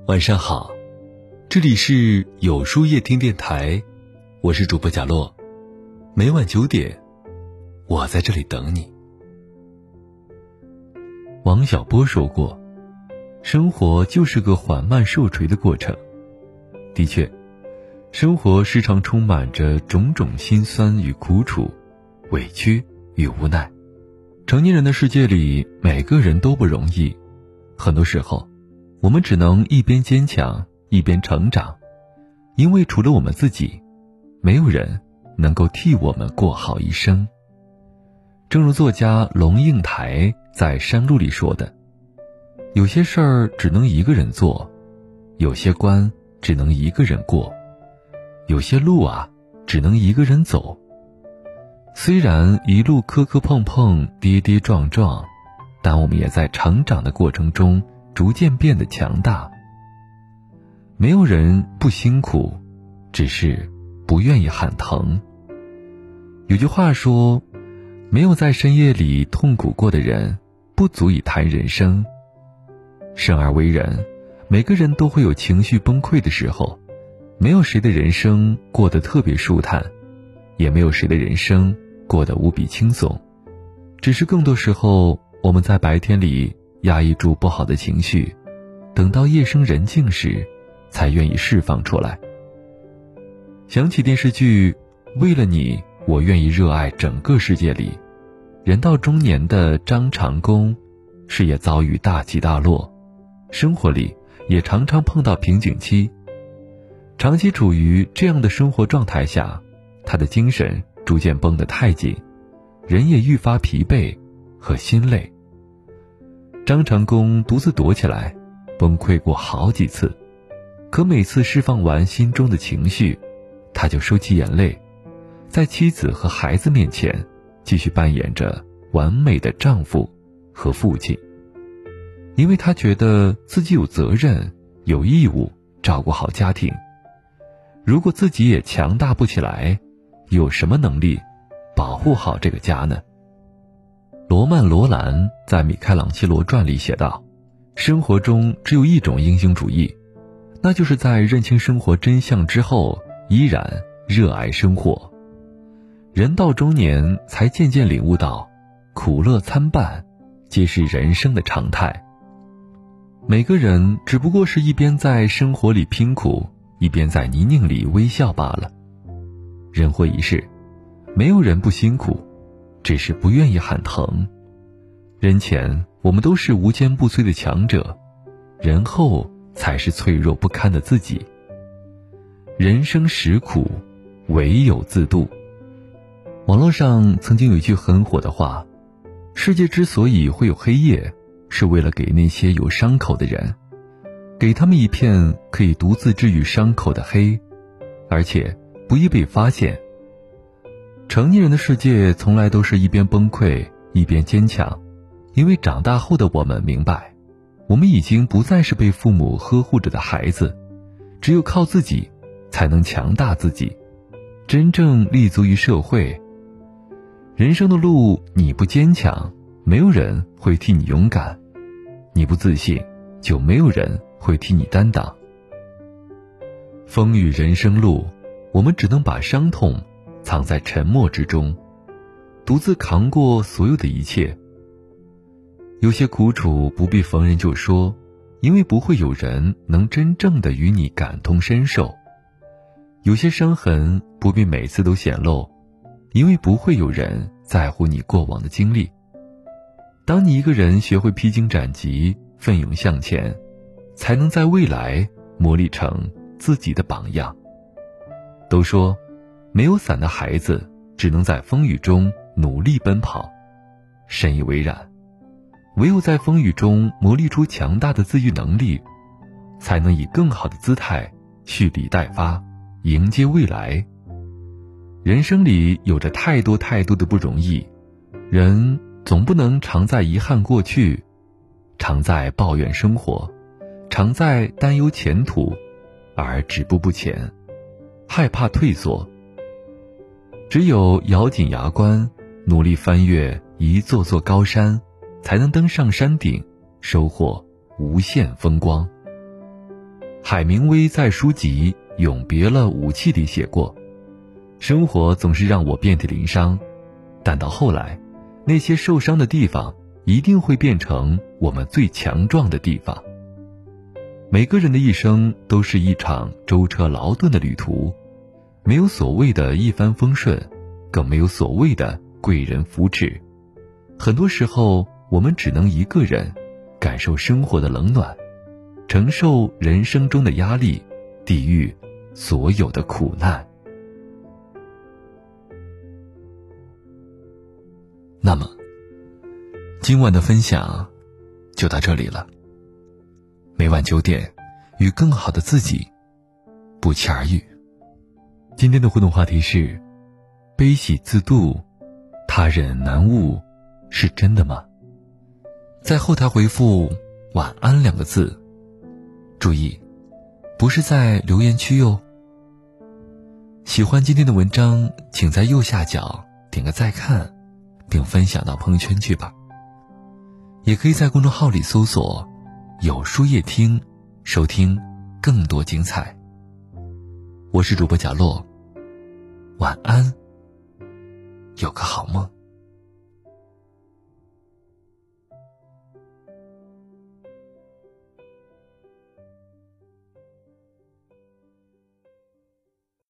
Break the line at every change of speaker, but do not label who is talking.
晚上好，这里是有书夜听电台，我是主播贾洛，每晚9点，我在这里等你。王小波说过，生活就是个缓慢受锤的过程。的确，生活时常充满着种种辛酸与苦楚，委屈与无奈。成年人的世界里，每个人都不容易，很多时候我们只能一边坚强一边成长，因为除了我们自己，没有人能够替我们过好一生。正如作家龙应台在《山路》里说的，有些事儿只能一个人做，有些关只能一个人过，有些路啊只能一个人走。虽然一路磕磕碰碰跌跌撞撞，但我们也在成长的过程中逐渐变得强大。没有人不辛苦，只是不愿意喊疼。有句话说，没有在深夜里痛苦过的人，不足以谈人生。生而为人，每个人都会有情绪崩溃的时候，没有谁的人生过得特别舒坦，也没有谁的人生过得无比轻松。只是更多时候，我们在白天里压抑住不好的情绪，等到夜深人静时才愿意释放出来。想起电视剧《为了你，我愿意热爱整个世界》里，人到中年的张长弓，事业遭遇大起大落，生活里也常常碰到瓶颈期。长期处于这样的生活状态下，他的精神逐渐绷得太紧，人也愈发疲惫和心累。张长弓独自躲起来，崩溃过好几次，可每次释放完心中的情绪，他就收起眼泪，在妻子和孩子面前继续扮演着完美的丈夫和父亲。因为他觉得自己有责任有义务照顾好家庭，如果自己也强大不起来，有什么能力保护好这个家呢？罗曼·罗兰在《米开朗基罗传》里写道，生活中只有一种英雄主义，那就是在认清生活真相之后，依然热爱生活。人到中年才渐渐领悟到，苦乐参半皆是人生的常态。每个人只不过是一边在生活里拼苦，一边在泥泞里微笑罢了。人活一世，没有人不辛苦，只是不愿意喊疼。人前我们都是无坚不摧的强者，人后才是脆弱不堪的自己。人生实苦，唯有自渡。网络上曾经有一句很火的话，世界之所以会有黑夜，是为了给那些有伤口的人，给他们一片可以独自治愈伤口的黑，而且不易被发现。成年人的世界从来都是一边崩溃一边坚强，因为长大后的我们明白，我们已经不再是被父母呵护着的孩子，只有靠自己才能强大自己，真正立足于社会。人生的路你不坚强，没有人会替你勇敢，你不自信，就没有人会替你担当。风雨人生路，我们只能把伤痛藏在沉默之中，独自扛过所有的一切。有些苦楚不必逢人就说，因为不会有人能真正的与你感同身受。有些伤痕不必每次都显露，因为不会有人在乎你过往的经历。当你一个人学会披荆斩棘，奋勇向前，才能在未来磨砺成自己的榜样。都说没有伞的孩子只能在风雨中努力奔跑，深以为然。唯有在风雨中磨砺出强大的自愈能力，才能以更好的姿态蓄力待发，迎接未来。人生里有着太多太多的不容易，人总不能常在遗憾过去，常在抱怨生活，常在担忧前途，而止步不前，害怕退缩。只有咬紧牙关，努力翻越一座座高山，才能登上山顶，收获无限风光。 海明威在书籍《永别了，武器》里写过，生活总是让我遍体鳞伤，但到后来，那些受伤的地方一定会变成我们最强壮的地方。每个人的一生都是一场舟车劳顿的旅途，没有所谓的一帆风顺，更没有所谓的贵人扶持。很多时候，我们只能一个人感受生活的冷暖，承受人生中的压力，抵御所有的苦难。那么，今晚的分享就到这里了。每晚9点，与更好的自己不期而遇。今天的互动话题是：悲喜自度，他人难悟，是真的吗？在后台回复“晚安”2个字，注意，不是在留言区哟。喜欢今天的文章，请在右下角点个再看，并分享到朋友圈去吧。也可以在公众号里搜索“有书夜听”，收听更多精彩。我是主播贾洛，晚安，有个好梦。